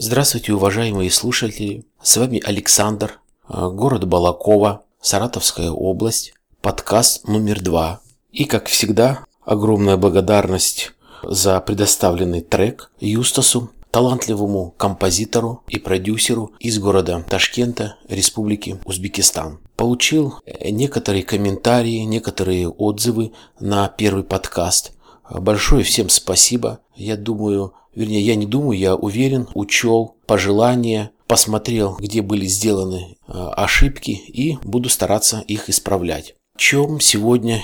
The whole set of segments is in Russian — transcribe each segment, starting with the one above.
Здравствуйте, уважаемые слушатели! С вами Александр, город Балаково, Саратовская область, подкаст номер 2. И, как всегда, огромная благодарность за предоставленный трек Юстасу, талантливому композитору и продюсеру из города Ташкента, Республики Узбекистан. Получил некоторые комментарии, некоторые отзывы на первый подкаст. Большое всем спасибо. Я уверен, учел пожелания, посмотрел, где были сделаны ошибки и буду стараться их исправлять. Что именно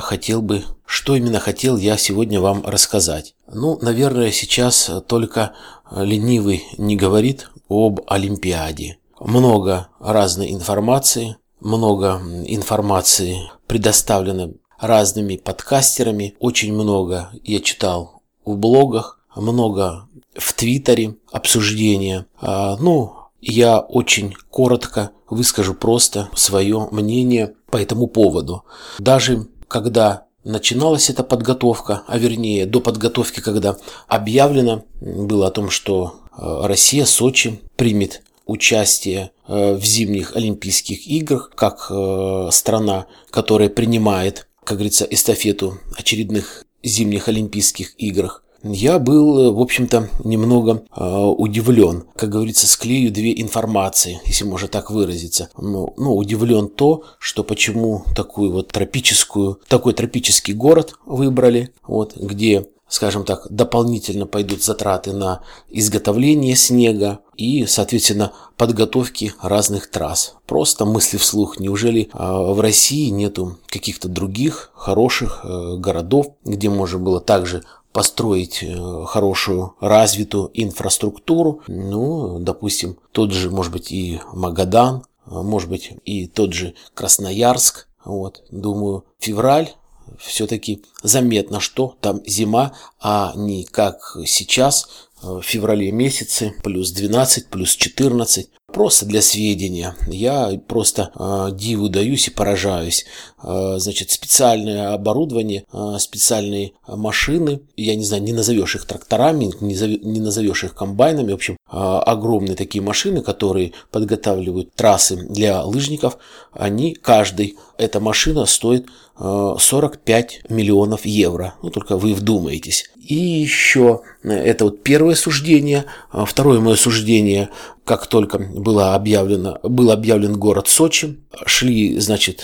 хотел я сегодня вам рассказать? Наверное, сейчас только ленивый не говорит об Олимпиаде. Много разной информации, предоставлено разными подкастерами, очень много я читал в блогах, много в Твиттере обсуждения. Я очень коротко выскажу просто свое мнение по этому поводу. Даже когда начиналась эта подготовка, до подготовки, когда объявлено было о том, что Россия, Сочи примет участие в зимних Олимпийских играх, как страна, которая принимает, как говорится, эстафету очередных зимних Олимпийских играх, я был, в общем-то, немного удивлен. Как говорится, склею две информации, если можно так выразиться. Удивлен что почему такой тропический город выбрали, где, скажем так, дополнительно пойдут затраты на изготовление снега и, соответственно, подготовки разных трасс. Просто мысли вслух. Неужели в России нету каких-то других хороших городов, где можно было также построить хорошую, развитую инфраструктуру? Допустим, тот же, может быть, и Магадан, может быть, и тот же Красноярск. Думаю, февраль. Все-таки заметно, что там зима, а не как сейчас, в феврале месяце, плюс 12, плюс 14. Просто для сведения. Я просто диву даюсь и поражаюсь. Специальное оборудование, специальные машины, я не знаю, не назовешь их тракторами, не назовешь их комбайнами. В общем, огромные такие машины, которые подготавливают трассы для лыжников, эта машина стоит 45 миллионов евро. Только вы вдумаетесь. И еще, это первое суждение. Второе мое суждение: как только был объявлен город Сочи, шли,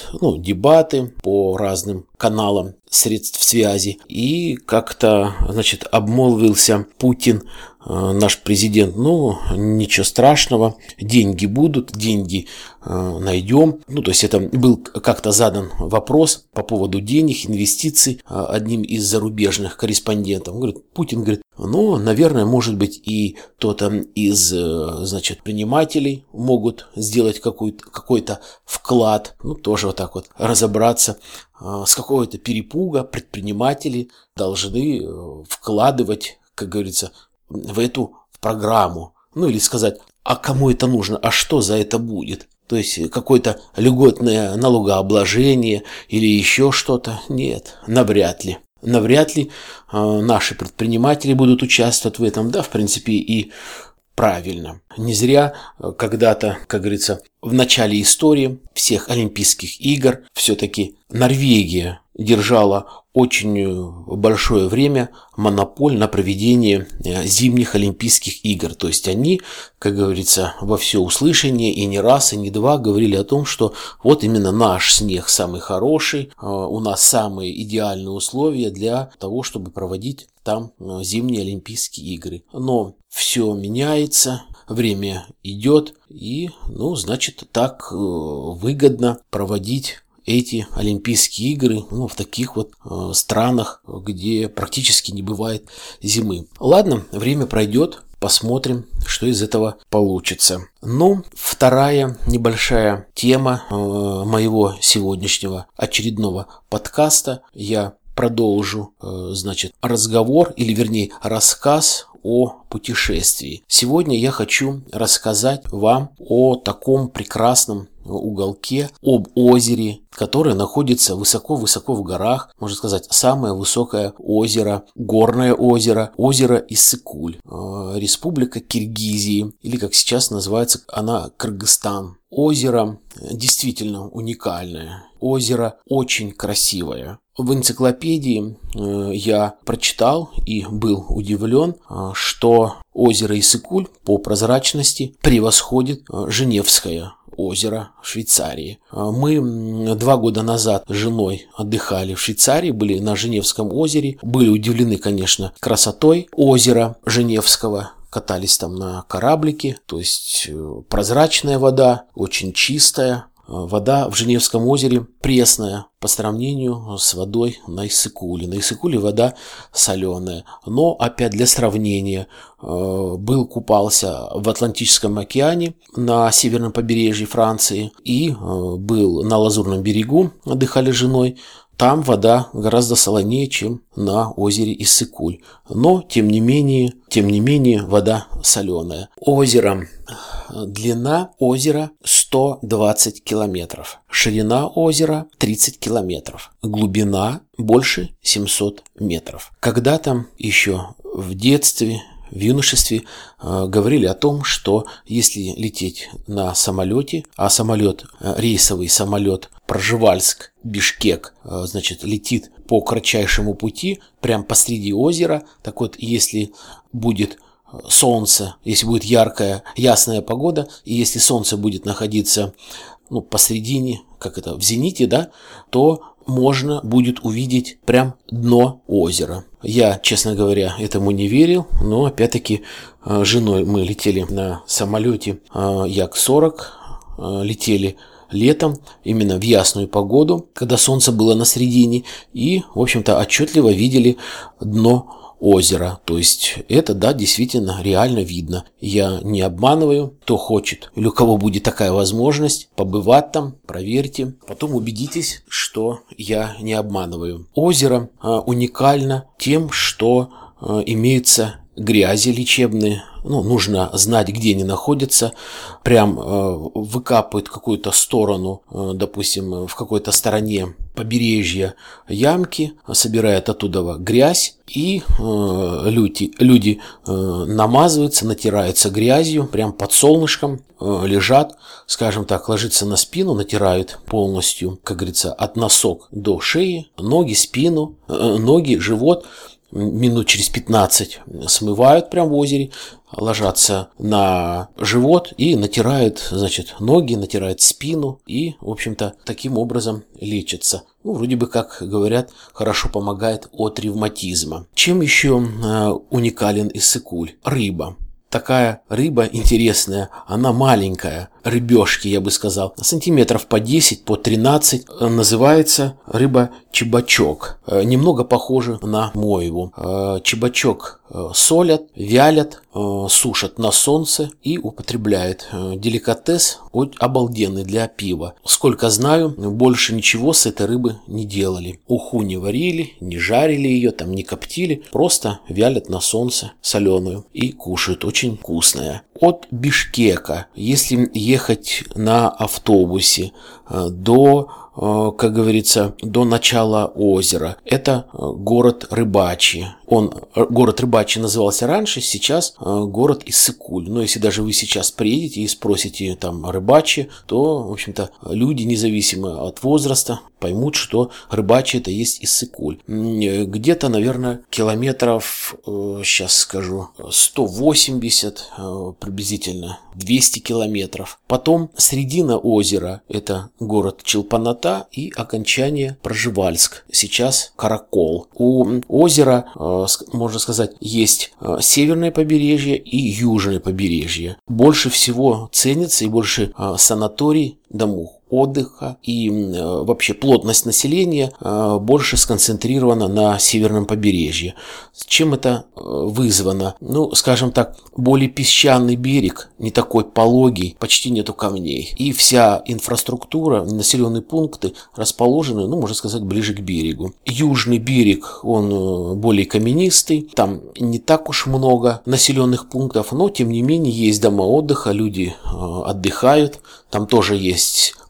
дебаты по разным каналам средств связи, и как-то, обмолвился Путин, наш президент: ничего страшного, деньги будут, деньги найдем. То есть это был как-то задан вопрос по поводу денег, инвестиций одним из зарубежных корреспондентов. Путин говорит: наверное, может быть, и кто-то из, предпринимателей могут сделать какой-то вклад. Тоже разобраться. С какого-то перепуга предприниматели должны вкладывать, как говорится, в эту программу. Или сказать: а кому это нужно, а что за это будет? То есть какое-то льготное налогообложение или еще что-то? Нет, навряд ли. Навряд ли наши предприниматели будут участвовать в этом. Да, в принципе, и правильно. Не зря когда-то, как говорится, в начале истории всех Олимпийских игр все-таки Норвегия держала очень большое время монополь на проведение зимних Олимпийских игр. То есть они, как говорится, во всеуслышание и не раз, и не два говорили о том, что именно наш снег самый хороший, у нас самые идеальные условия для того, чтобы проводить там зимние Олимпийские игры. Но все меняется, время идет, и, так выгодно проводить эти Олимпийские игры в таких странах, где практически не бывает зимы. Ладно, время пройдет, посмотрим, что из этого получится. Вторая небольшая тема моего сегодняшнего очередного подкаста. Я продолжу, разговор, или вернее рассказ о путешествии. Сегодня я хочу рассказать вам о таком прекрасном уголке, об озере которое находится высоко-высоко в горах, можно сказать, самое высокое озеро, горное озеро, озеро Иссык-Куль, республика Киргизии, или как сейчас называется она, Кыргызстан. Озеро действительно уникальное, озеро очень красивое. В энциклопедии я прочитал и был удивлен, что озеро Иссык-Куль по прозрачности превосходит Женевское озеро в Швейцарии. Мы 2 года назад с женой отдыхали в Швейцарии, были на Женевском озере, были удивлены, конечно, красотой озера Женевского. Катались там на кораблике, то есть прозрачная вода, очень чистая. Вода в Женевском озере пресная по сравнению с водой на Иссык-Куле. На Иссык-Куле вода соленая. Но, опять для сравнения, купался в Атлантическом океане на северном побережье Франции и был на Лазурном берегу, отдыхали с женой. Там вода гораздо солонее, чем на озере Иссык-Куль. Но, тем не менее, вода соленая. Длина озера 120 километров. Ширина озера 30 километров. Глубина больше 700 метров. Когда-то еще в детстве, в юношестве говорили о том, что если лететь на самолете, а рейсовый самолет Пржевальск-Бишкек, летит по кратчайшему пути, прямо посреди озера, так вот, если будет солнце, если будет яркая, ясная погода, и если солнце будет находиться посредине, в зените, да, то можно будет увидеть прям дно озера. Я, честно говоря, этому не верил, но опять-таки с женой мы летели на самолете Як-40, летели летом, именно в ясную погоду, когда солнце было на середине, и, в общем-то, отчетливо видели дно озера. То есть это, да, действительно реально видно. Я не обманываю. Кто хочет или у кого будет такая возможность побывать там, проверьте. Потом убедитесь, что я не обманываю. Озеро уникально тем, что имеются грязи лечебные. Нужно знать, где они находятся. Прям выкапывают какую-то сторону, допустим, в какой-то стороне побережья ямки, собирают оттуда грязь, и люди намазываются, натираются грязью, прям под солнышком, лежат, скажем так, ложатся на спину, натирают полностью, как говорится, от носок до шеи, ноги, спину, ноги, живот. Минут через 15 смывают прям в озере, ложатся на живот и натирают, ноги, натирают спину и, в общем-то, таким образом лечатся. Вроде бы, как говорят, хорошо помогает от ревматизма. Чем еще уникален Иссык-Куль? Рыба. Такая рыба интересная, она маленькая, рыбешки, я бы сказал, сантиметров по 10, по 13, называется рыба чебачок. Немного похожа на мойву. Чебачок солят, вялят, сушат на солнце и употребляют. Деликатес обалденный для пива. Сколько знаю, больше ничего с этой рыбы не делали. Уху не варили, не жарили ее, не коптили, просто вялят на солнце соленую и кушают. Очень вкусная. От Бишкека, если ехать на автобусе до, как говорится, до начала озера, это город Рыбачий. Город Рыбачий назывался раньше, сейчас город Иссык-Куль. Но если даже вы сейчас приедете и спросите там Рыбачий, то, в общем-то, люди, независимо от возраста, поймут, что Рыбачий это есть Иссык-Куль. Где-то, наверное, километров, сейчас скажу, 180, приблизительно 200 километров. Потом середина озера, это город Чолпан-Ата, и окончание Пржевальск, сейчас Каракол. У озера, можно сказать, есть северное побережье и южное побережье. Больше всего ценится и больше санаторий, домов отдыха и вообще плотность населения больше сконцентрирована на северном побережье. Чем это вызвано? Скажем так, более песчаный берег, не такой пологий, почти нету камней. И вся инфраструктура, населенные пункты расположены, можно сказать, ближе к берегу. Южный берег, он более каменистый, там не так уж много населенных пунктов, но тем не менее есть дома отдыха, люди отдыхают, там тоже есть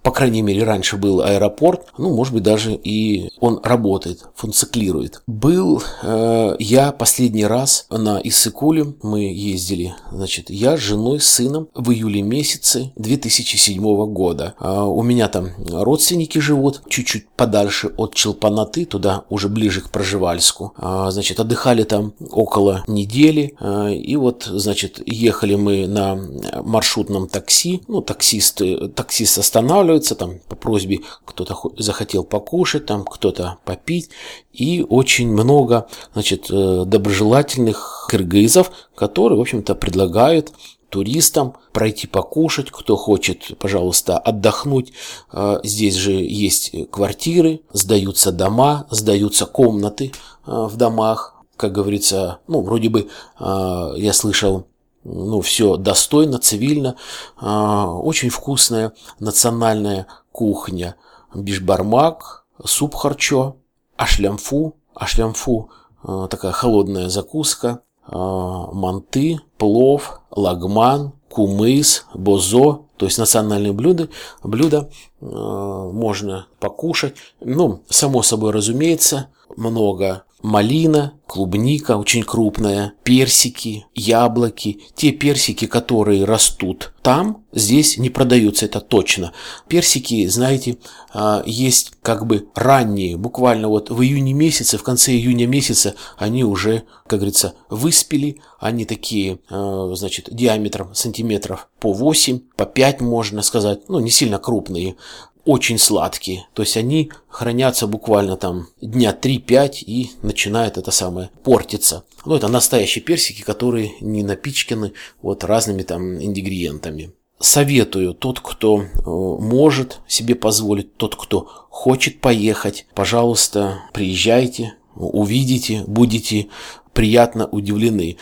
по крайней мере, раньше был аэропорт, ну, может быть, даже и он работает, функционирует. Был я последний раз на Иссык-Куле, мы ездили, значит, я с женой, с сыном в июле месяце 2007 года. У меня там родственники живут чуть-чуть подальше от Челпанаты, туда уже ближе к Проживальску. Значит, отдыхали там около недели, и вот, значит, ехали мы на маршрутном такси, ну, таксист останавливается, там по просьбе кто-то захотел покушать, там кто-то попить, и очень много, значит, доброжелательных кыргызов, которые, в общем-то, предлагают туристам пройти покушать, кто хочет, пожалуйста, отдохнуть. Здесь же есть квартиры, сдаются дома, сдаются комнаты в домах, как говорится, ну, вроде бы, я слышал, ну, все достойно, цивильно, очень вкусная национальная кухня. Бишбармак, суп харчо, ашлямфу, такая холодная закуска, манты, плов, лагман, кумыс, бозо, то есть национальные блюда можно покушать. Ну, само собой разумеется, много малина, клубника очень крупная, персики, яблоки. Те персики, которые растут там, здесь не продаются, это точно. Персики, знаете, есть как бы ранние, буквально вот в июне месяце, в конце июня месяца они уже, как говорится, выспели. Они такие, значит, диаметром сантиметров по 8, по 5 можно сказать, ну не сильно крупные. Очень сладкие, то есть они хранятся буквально там дня 3-5 и начинает это самое портиться. Ну, это настоящие персики, которые не напичканы вот разными там ингредиентами. Советую, тот, кто может себе позволить, тот, кто хочет поехать, пожалуйста, приезжайте, увидите, будете приятно удивлены.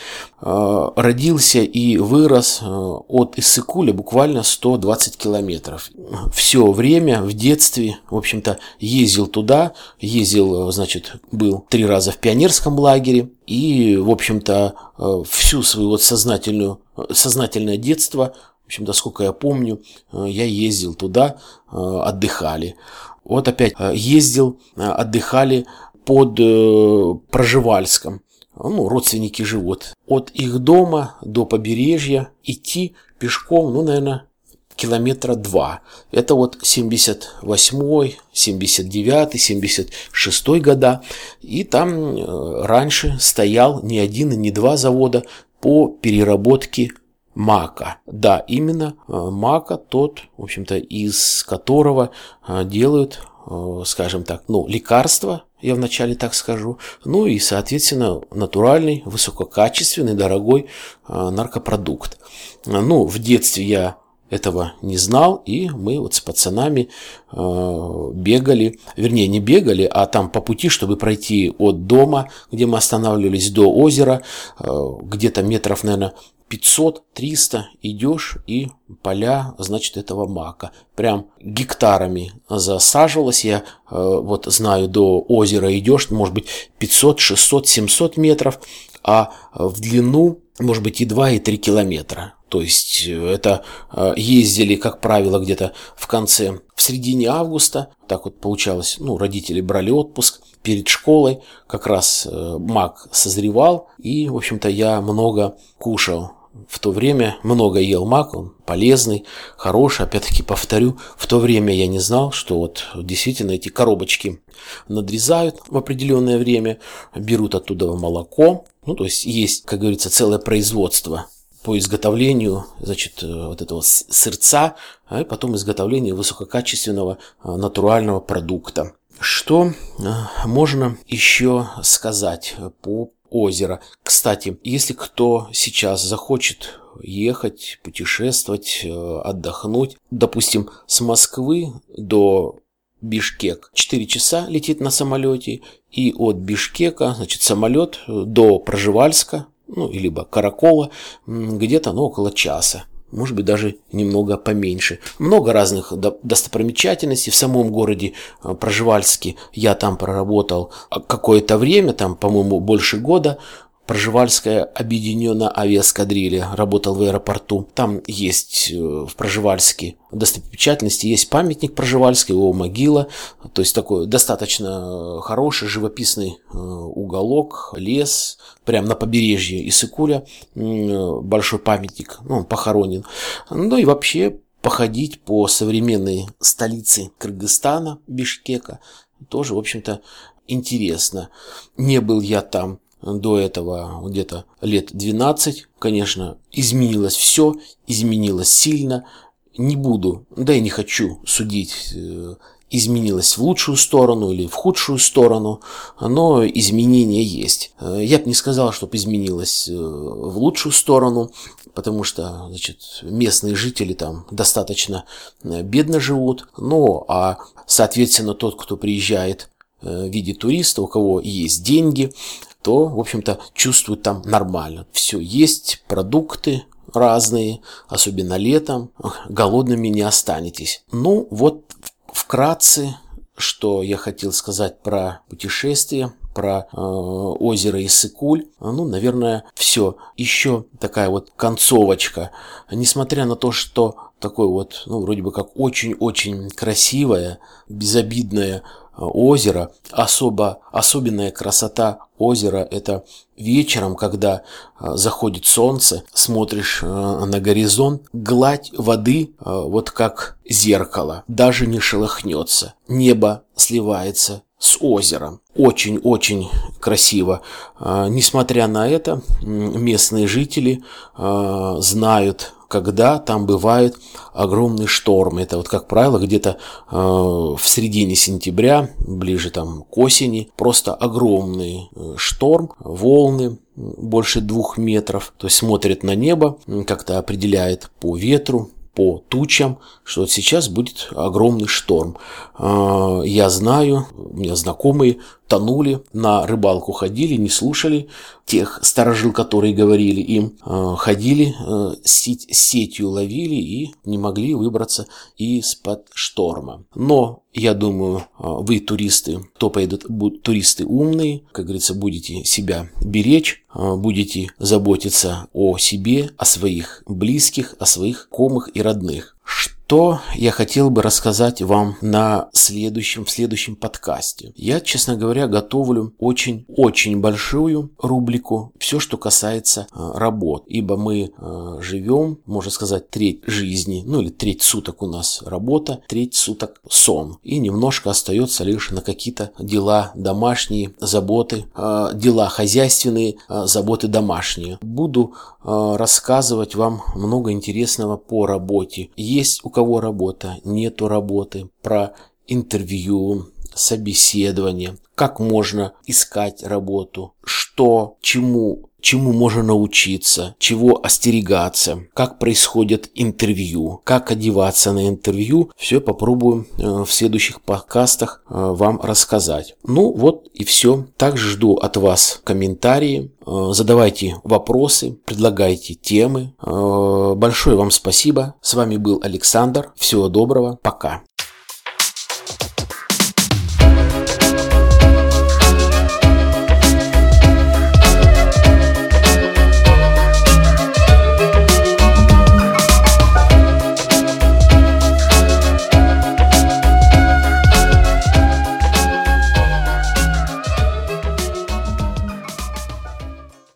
Родился и вырос от Иссык-Куля буквально 120 километров. Все время в детстве, в общем-то, ездил туда, значит, был 3 раза в пионерском лагере и, в общем-то, всю свою вот сознательное детство, в общем-то, сколько я помню, я ездил туда, отдыхали. Вот опять ездил, отдыхали под Проживальском. Ну, родственники живут. От их дома до побережья идти пешком, ну, наверное, 2 километра. Это вот 78-й, 79-й, 76-й года. И там раньше стоял не один и не 2 завода по переработке мака. Да, именно мака, тот, в общем-то, из которого делают, скажем так, ну, лекарства, я вначале так скажу, ну и, соответственно, натуральный, высококачественный, дорогой наркопродукт. Ну, в детстве я этого не знал, и мы вот с пацанами бегали, вернее, не бегали, а там по пути, чтобы пройти от дома, где мы останавливались, до озера, где-то метров, наверное, 500-300 идешь, и поля, значит, этого мака. Прям гектарами засаживалось. Я вот знаю, до озера идешь, может быть, 500, 600, 700 метров, а в длину, может быть, и 2, и 3 километра. То есть это ездили, как правило, где-то в середине августа. Так вот получалось, ну, родители брали отпуск перед школой, как раз мак созревал, и, в общем-то, я много кушал. В то время много ел мак, он полезный, хороший. Опять-таки повторю, в то время я не знал, что вот действительно эти коробочки надрезают в определенное время, берут оттуда молоко. Ну, то есть, как говорится, целое производство по изготовлению, значит, вот этого сырца, а потом изготовлению высококачественного натурального продукта. Что можно еще сказать по озеро? Кстати, если кто сейчас захочет ехать, путешествовать, отдохнуть, допустим, с Москвы до Бишкек 4 часа летит на самолете, и от Бишкека, значит, самолет до Проживальска, ну, либо Каракола, где-то, ну, около часа. Может быть, даже немного поменьше. Много разных достопримечательностей в самом городе Проживальске. Я там проработал какое-то время, там, по-моему, больше года. Пржевальская объединенная авиаэскадрилья, работал в аэропорту. Там есть в Пржевальске достопримечательности, есть памятник Пржевальской, его могила, то есть такой достаточно хороший живописный уголок, лес, прямо на побережье Иссык-Куля, большой памятник, он похоронен. Ну и вообще походить по современной столице Кыргызстана, Бишкека, тоже, в общем-то, интересно. Не был я там до этого где-то лет 12. Конечно, изменилось все, изменилось сильно. Не буду, да и не хочу судить, изменилось в лучшую сторону или в худшую сторону, но изменения есть. Я бы не сказал, чтобы изменилось в лучшую сторону, потому что, значит, местные жители там достаточно бедно живут. Ну, а соответственно, тот, кто приезжает в виде туриста, у кого есть деньги, то, в общем-то, чувствует там нормально. Все есть, продукты разные, особенно летом, голодными не останетесь. Ну, вот вкратце, что я хотел сказать про путешествие, про озеро Иссык-Куль. Ну, наверное, все. Еще такая вот концовочка. Несмотря на то, что такое вот, ну, вроде бы как очень-очень красивое, безобидное озеро, особенная красота озера — это вечером, когда заходит солнце, смотришь на горизонт, гладь воды вот как зеркало, даже не шелохнется. Небо сливается с озером. Очень-очень красиво. Несмотря на это, местные жители знают, когда там бывает огромный шторм. Это вот, как правило, где-то в середине сентября, ближе там к осени, просто огромный шторм, волны больше 2 метров. То есть смотрит на небо, как-то определяет по ветру, по тучам, что вот сейчас будет огромный шторм. Я знаю, у меня знакомые тонули, на рыбалку ходили, не слушали тех старожил, которые говорили им, ходили, сетью ловили и не могли выбраться из-под шторма. Но я думаю, вы туристы, кто поедут, туристы умные, как говорится, будете себя беречь, будете заботиться о себе, о своих близких, о своих знакомых и родных. Что я хотел бы рассказать вам в следующем подкасте. Я, честно говоря, готовлю очень большую рубрику, все, что касается работ. Ибо мы живем, можно сказать, треть жизни, ну или треть суток у нас работа, треть суток сон. И немножко остается лишь на какие-то дела домашние, заботы, дела хозяйственные, заботы домашние. Буду рассказывать вам много интересного по работе. Есть у кого работа, нету работы, про интервью, собеседование, как можно искать работу, чему можно научиться, чего остерегаться, как происходят интервью, как одеваться на интервью. Все попробую в следующих подкастах вам рассказать. Ну вот и все. Также жду от вас комментарии, задавайте вопросы, предлагайте темы. Большое вам спасибо. С вами был Александр. Всего доброго. Пока.